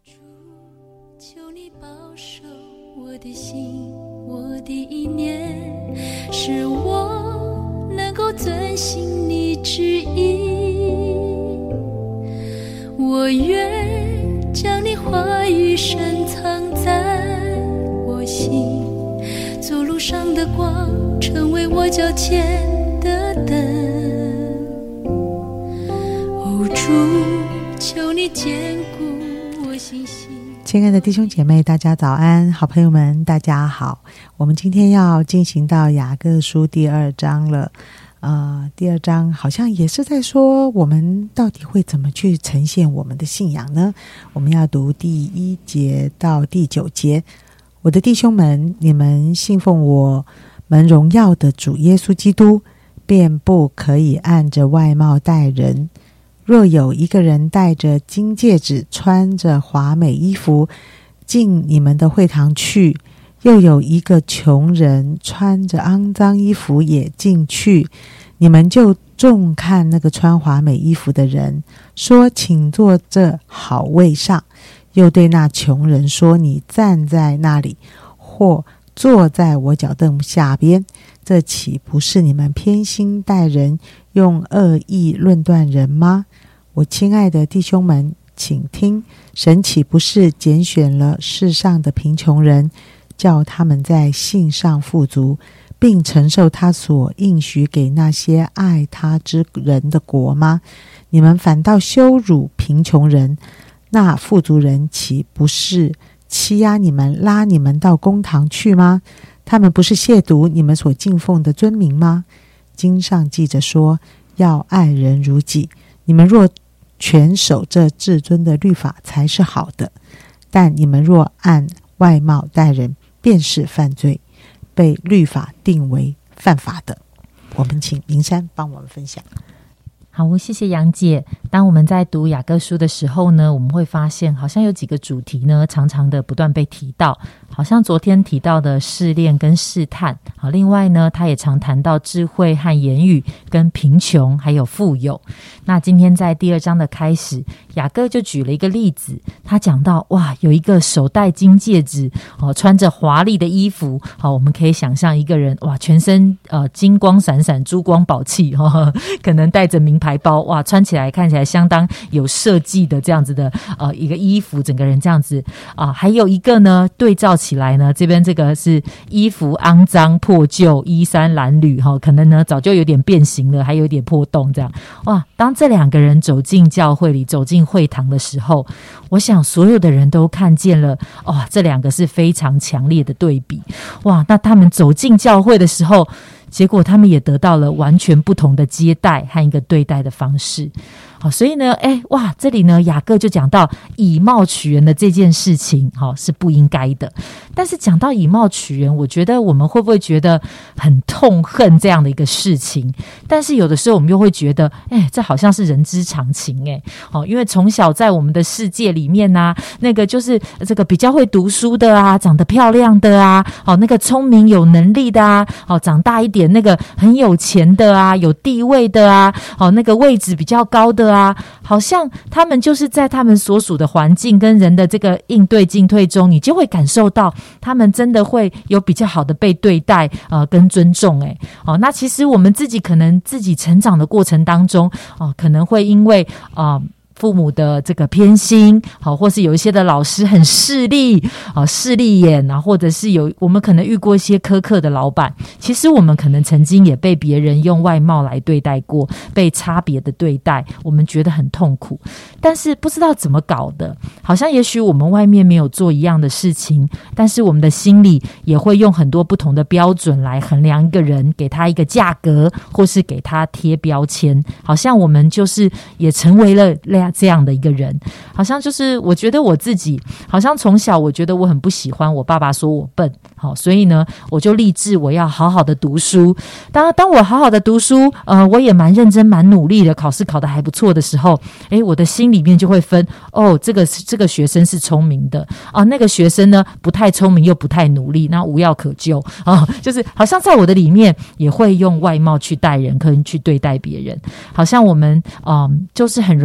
求你保守我的心，我的意念，使我能够遵行你旨意。我愿将你话语深藏在我心，走路上的光，成为我脚前的灯。哦，主，求你坚固我心性。 亲爱的弟兄姐妹，大家早安，好朋友们大家好。我们今天要进行到雅各书第2章了。第2章好像也是在说我们到底会怎么去呈现我们的信仰呢？我们要读第1节到第9节。我的弟兄们，你们信奉我们荣耀的主耶稣基督，便不可以按着外貌待人。若有一个人戴着金戒指，穿着华美衣服进你们的会堂去，又有一个穷人穿着肮脏衣服也进去，你们就重看那个穿华美衣服的人，说请坐这好位上，又对那穷人说你站在那里，或坐在我脚凳下边，这岂不是你们偏心待人，用恶意论断人吗？我亲爱的弟兄们，请听，神岂不是拣选了世上的贫穷人，叫他们在信上富足，并承受他所应许给那些爱他之人的国吗？你们反倒羞辱贫穷人，那富足人岂不是欺压你们，拉你们到公堂去吗？他们不是亵渎你们所敬奉的尊名吗？经上记着说，要爱人如己。你们若全守这至尊的律法，才是好的。但你们若按外貌待人，便是犯罪，被律法定为犯法的。我们请明山帮我们分享。 好，谢谢杨姐。当我们在读雅各书的时候呢，我们会发现好像有几个主题呢，常常的不断被提到。好像昨天提到的试炼跟试探，好，另外呢，他也常谈到智慧和言语，跟贫穷还有富有。那今天在第2章的开始，雅各就举了一个例子，他讲到哇，有一个手戴金戒指，穿着华丽的衣服，好，我们可以想象一个人哇，全身金光闪闪，珠光宝气，可能带着名牌包，哇，穿起来看起来相当有设计的这样子的一个衣服，整个人这样子还有一个呢，对照起来呢，这边这个是衣服肮脏破旧，衣衫褴褛，可能呢早就有点变形了，还有点破洞这样。哇，当这2个人走进教会里，走进会堂的时候，我想所有的人都看见了，哇，这2个是非常强烈的对比。哇，那他们走进教会的时候，结果他们也得到了完全不同的接待和一个对待的方式。好，所以呢，哇，这里呢，雅各就讲到以貌取人的这件事情，是不应该的。但是讲到以貌取人，我觉得我们会不会觉得很痛恨这样的一个事情？但是有的时候我们又会觉得，这好像是人之常情，因为从小在我们的世界里面啊，那个就是这个比较会读书的啊，长得漂亮的啊，那个聪明有能力的啊，长大一点那个很有钱的啊，有地位的啊，那个位置比较高的啊，好像他们就是在他们所属的环境跟人的这个应对进退中，你就会感受到他们真的会有比较好的被对待跟尊重。那其实我们自己可能自己成长的过程当中可能会因为父母的这个偏心，好，或是有一些的老师很势利眼啊，或者是我们可能遇过一些苛刻的老板，其实我们可能曾经也被别人用外貌来对待过，被差别的对待，我们觉得很痛苦，但是不知道怎么搞的，好像也许我们外面没有做一样的事情，但是我们的心里也会用很多不同的标准来衡量一个人，给他一个价格，或是给他贴标签，好像我们就是也成为了这样的一个人。好像就是我觉得我自己好像从小我觉得我很不喜欢我爸爸说我笨，好，所以呢我就立志我要好好的读书。当我好好的读书，我也蛮认真蛮努力的，考试考得还不错的时候，我的心里面就会分，这个学生是聪明的那个学生呢不太聪明又不太努力，那无药可救就是好像在我的里面也会用外貌去待人跟去对待别人，好像我们就是很容易从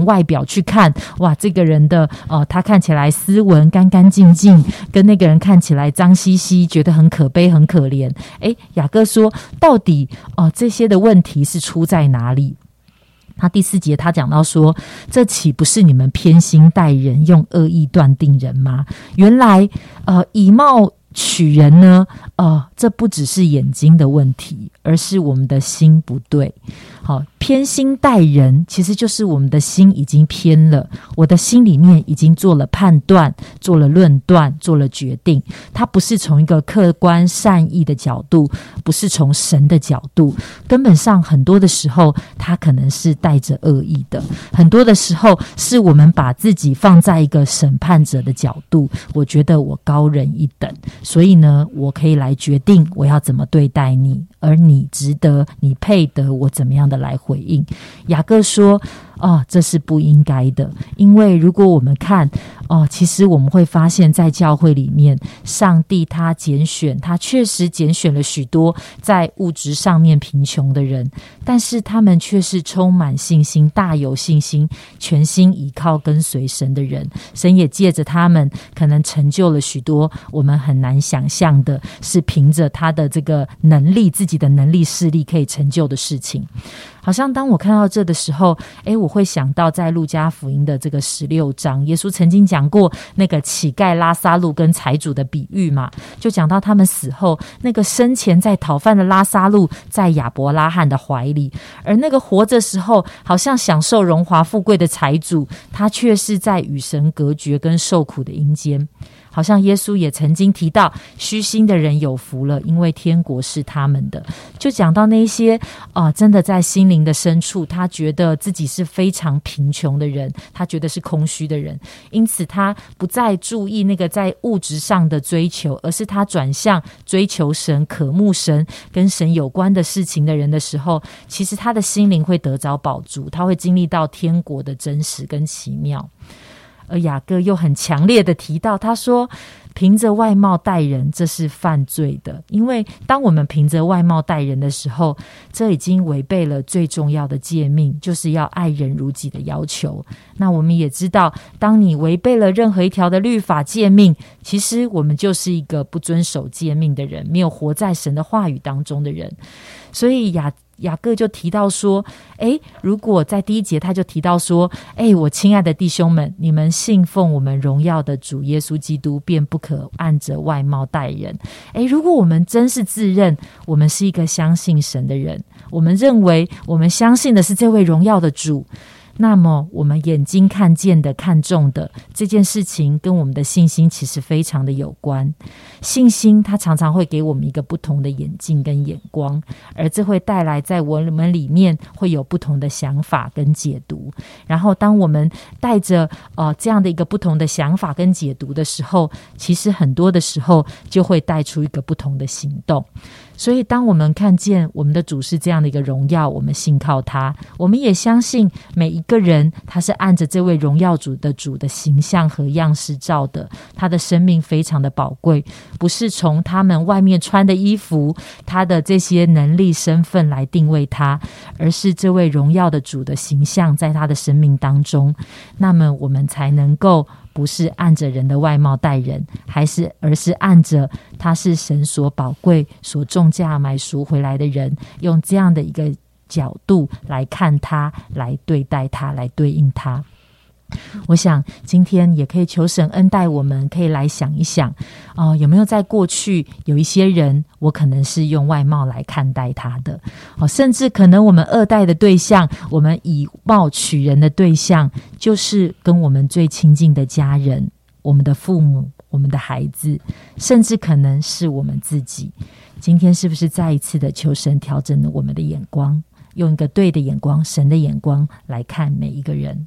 外表去看，哇，这个人的他看起来斯文干干净净，跟那个人看起来脏兮兮，觉得很可悲很可怜。雅各说到底这些的问题是出在哪里？他第4节他讲到说，这岂不是你们偏心待人，用恶意断定人吗？原来以貌取人呢，这不只是眼睛的问题，而是我们的心不对。好，偏心待人其实就是我们的心已经偏了，我的心里面已经做了判断，做了论断，做了决定。它不是从一个客观善意的角度，不是从神的角度，根本上很多的时候它可能是带着恶意的，很多的时候是我们把自己放在一个审判者的角度，我觉得我高人一等，所以呢我可以来决定我要怎么对待你，而你值得，你配得我怎么样的来回应。雅各说这是不应该的，因为如果我们看其实我们会发现在教会里面，上帝他确实拣选了许多在物质上面贫穷的人，但是他们却是充满信心，大有信心，全心依靠跟随神的人。神也借着他们可能成就了许多我们很难想象的，是凭着他的这个能力，自己的能力势力可以成就的事情。好像当我看到这的时候，我会想到在路加福音的这个16章，耶稣曾经讲过那个乞丐拉撒路跟财主的比喻嘛，就讲到他们死后，那个生前在讨饭的拉撒路在亚伯拉罕的怀里，而那个活着时候好像享受荣华富贵的财主，他却是在与神隔绝跟受苦的阴间。好像耶稣也曾经提到，虚心的人有福了，因为天国是他们的。就讲到那些真的在心灵的深处，他觉得自己是非常贫穷的人，他觉得是空虚的人，因此他不再注意那个在物质上的追求，而是他转向追求神、渴慕神、跟神有关的事情的人的时候，其实他的心灵会得着饱足，他会经历到天国的真实跟奇妙。而雅各又很强烈的提到，他说凭着外貌待人，这是犯罪的，因为当我们凭着外貌待人的时候，这已经违背了最重要的诫命，就是要爱人如己的要求。那我们也知道，当你违背了任何一条的律法诫命，其实我们就是一个不遵守诫命的人，没有活在神的话语当中的人。所以雅各就提到说，如果在第1节他就提到说，我亲爱的弟兄们，你们信奉我们荣耀的主耶稣基督，便不可按着外貌待人。如果我们真是自认我们是一个相信神的人，我们认为我们相信的是这位荣耀的主，那么我们眼睛看见的、看重的这件事情，跟我们的信心其实非常的有关。信心它常常会给我们一个不同的眼镜跟眼光，而这会带来在我们里面会有不同的想法跟解读。然后当我们带着这样的一个不同的想法跟解读的时候，其实很多的时候就会带出一个不同的行动。所以当我们看见我们的主是这样的一个荣耀，我们信靠他，我们也相信每一个人他是按着这位荣耀主的形象和样式造的，他的生命非常的宝贵，不是从他们外面穿的衣服，他的这些能力身份来定位他，而是这位荣耀的主的形象在他的生命当中，那么我们才能够不是按着人的外貌待人，而是按着他是神所宝贵、所重价买赎回来的人，用这样的一个角度来看他，来对待他，来对应他。我想今天也可以求神恩待我们，可以来想一想有没有在过去有一些人，我可能是用外貌来看待他的甚至可能我们恶待的对象，我们以貌取人的对象，就是跟我们最亲近的家人，我们的父母，我们的孩子，甚至可能是我们自己。今天是不是再一次的求神调整了我们的眼光，用一个对的眼光，神的眼光来看每一个人。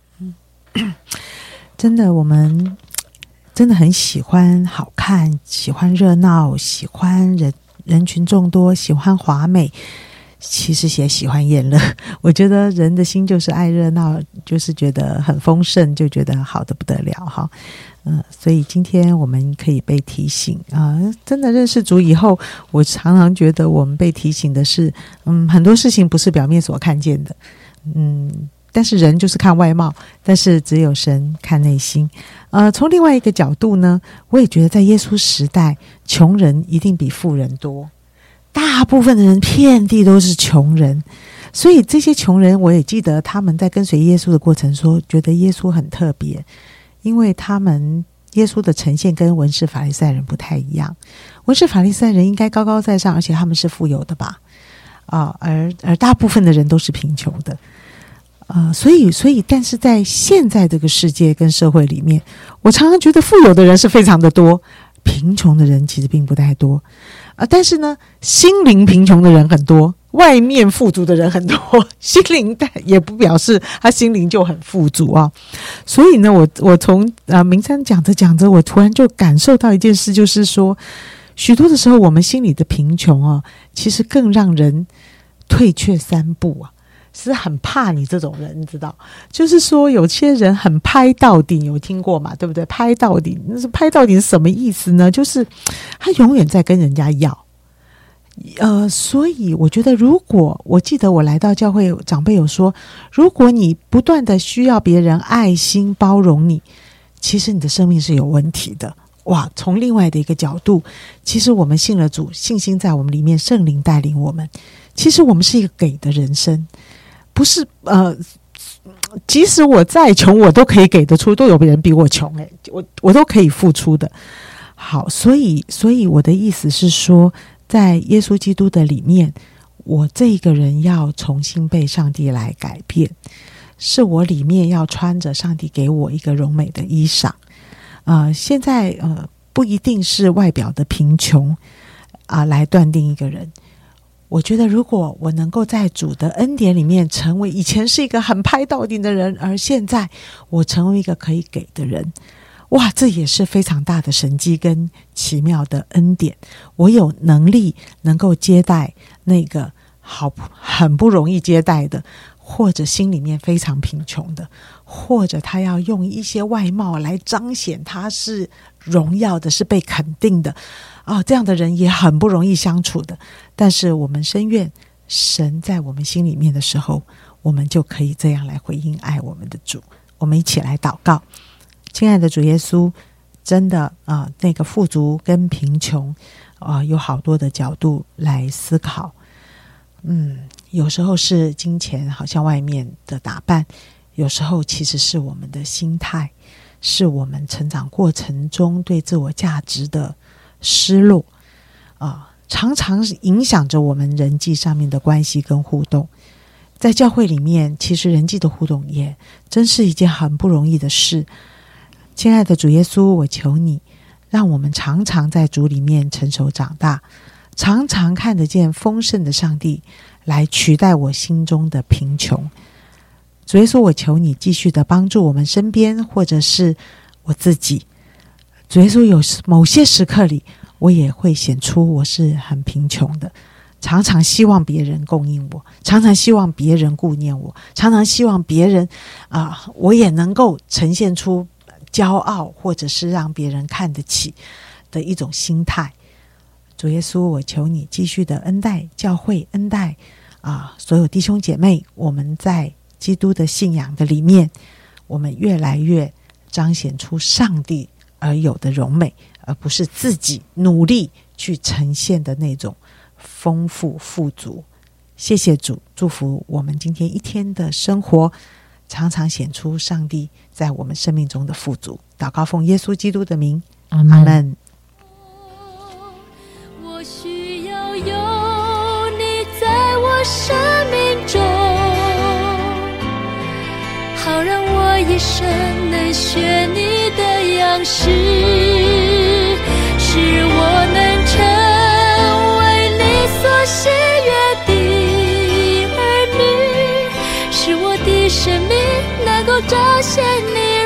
真的，我们真的很喜欢好看，喜欢热闹，喜欢人群众多，喜欢华美，其实也喜欢宴乐。我觉得人的心就是爱热闹，就是觉得很丰盛，就觉得好得不得了哈。所以今天我们可以被提醒真的认识主以后，我常常觉得我们被提醒的是很多事情不是表面所看见的。 但是人就是看外貌，但是只有神看内心。从另外一个角度呢，我也觉得在耶稣时代，穷人一定比富人多，大部分的人遍地都是穷人，所以这些穷人，我也记得他们在跟随耶稣的过程说，觉得耶稣很特别，因为耶稣的呈现跟文士法利赛人不太一样。文士法利赛人应该高高在上，而且他们是富有的吧？而大部分的人都是贫穷的。所以，但是在现在这个世界跟社会里面，我常常觉得富有的人是非常的多，贫穷的人其实并不太多。但是呢，心灵贫穷的人很多，外面富足的人很多，心灵也不表示他心灵就很富足啊。所以呢，我从明山讲着，我突然就感受到一件事，就是说，许多的时候我们心里的贫穷其实更让人退却三步啊。是很怕你这种人，你知道，就是说有些人很拍到底，有听过嘛？对不对？拍到底，那是拍到底是什么意思呢？就是他永远在跟人家要。所以我觉得，如果我记得我来到教会，长辈有说，如果你不断的需要别人爱心包容你，其实你的生命是有问题的。哇，从另外的一个角度，其实我们信了主，信心在我们里面，圣灵带领我们，其实我们是一个给的人生。不是即使我再穷，我都可以给得出，都有人比我穷我都可以付出的。好，所以我的意思是说，在耶稣基督的里面，我这一个人要重新被上帝来改变，是我里面要穿着上帝给我一个荣美的衣裳。现在不一定是外表的贫穷来断定一个人。我觉得如果我能够在主的恩典里面成为以前是一个很拍到底的人，而现在我成为一个可以给的人，哇，这也是非常大的神迹跟奇妙的恩典。我有能力能够接待那个很不容易接待的，或者心里面非常贫穷的，或者他要用一些外貌来彰显他是荣耀的，是被肯定的这样的人也很不容易相处的。但是我们深愿神在我们心里面的时候，我们就可以这样来回应爱我们的主。我们一起来祷告。亲爱的主耶稣，真的那个富足跟贫穷有好多的角度来思考。有时候是金钱，好像外面的打扮，有时候其实是我们的心态，是我们成长过程中对自我价值的失落常常影响着我们人际上面的关系跟互动。在教会里面，其实人际的互动也真是一件很不容易的事。亲爱的主耶稣，我求你让我们常常在主里面成熟长大，常常看得见丰盛的上帝来取代我心中的贫穷。主耶稣，我求你继续的帮助我们身边或者是我自己。主耶稣，有某些时刻里我也会显出我是很贫穷的，常常希望别人供应我，常常希望别人顾念我，常常希望别人我也能够呈现出骄傲，或者是让别人看得起的一种心态。主耶稣，我求你继续的恩待教会，恩待所有弟兄姐妹，我们在基督的信仰的里面，我们越来越彰显出上帝而有的荣美，而不是自己努力去呈现的那种丰富富足。谢谢主，祝福我们今天一天的生活常常显出上帝在我们生命中的富足。祷告奉耶稣基督的名，阿们。 我需要有你在我生命中，好让我一生能学你的样式，使我能成为你所喜悦的儿女，使我的生命能够彰显你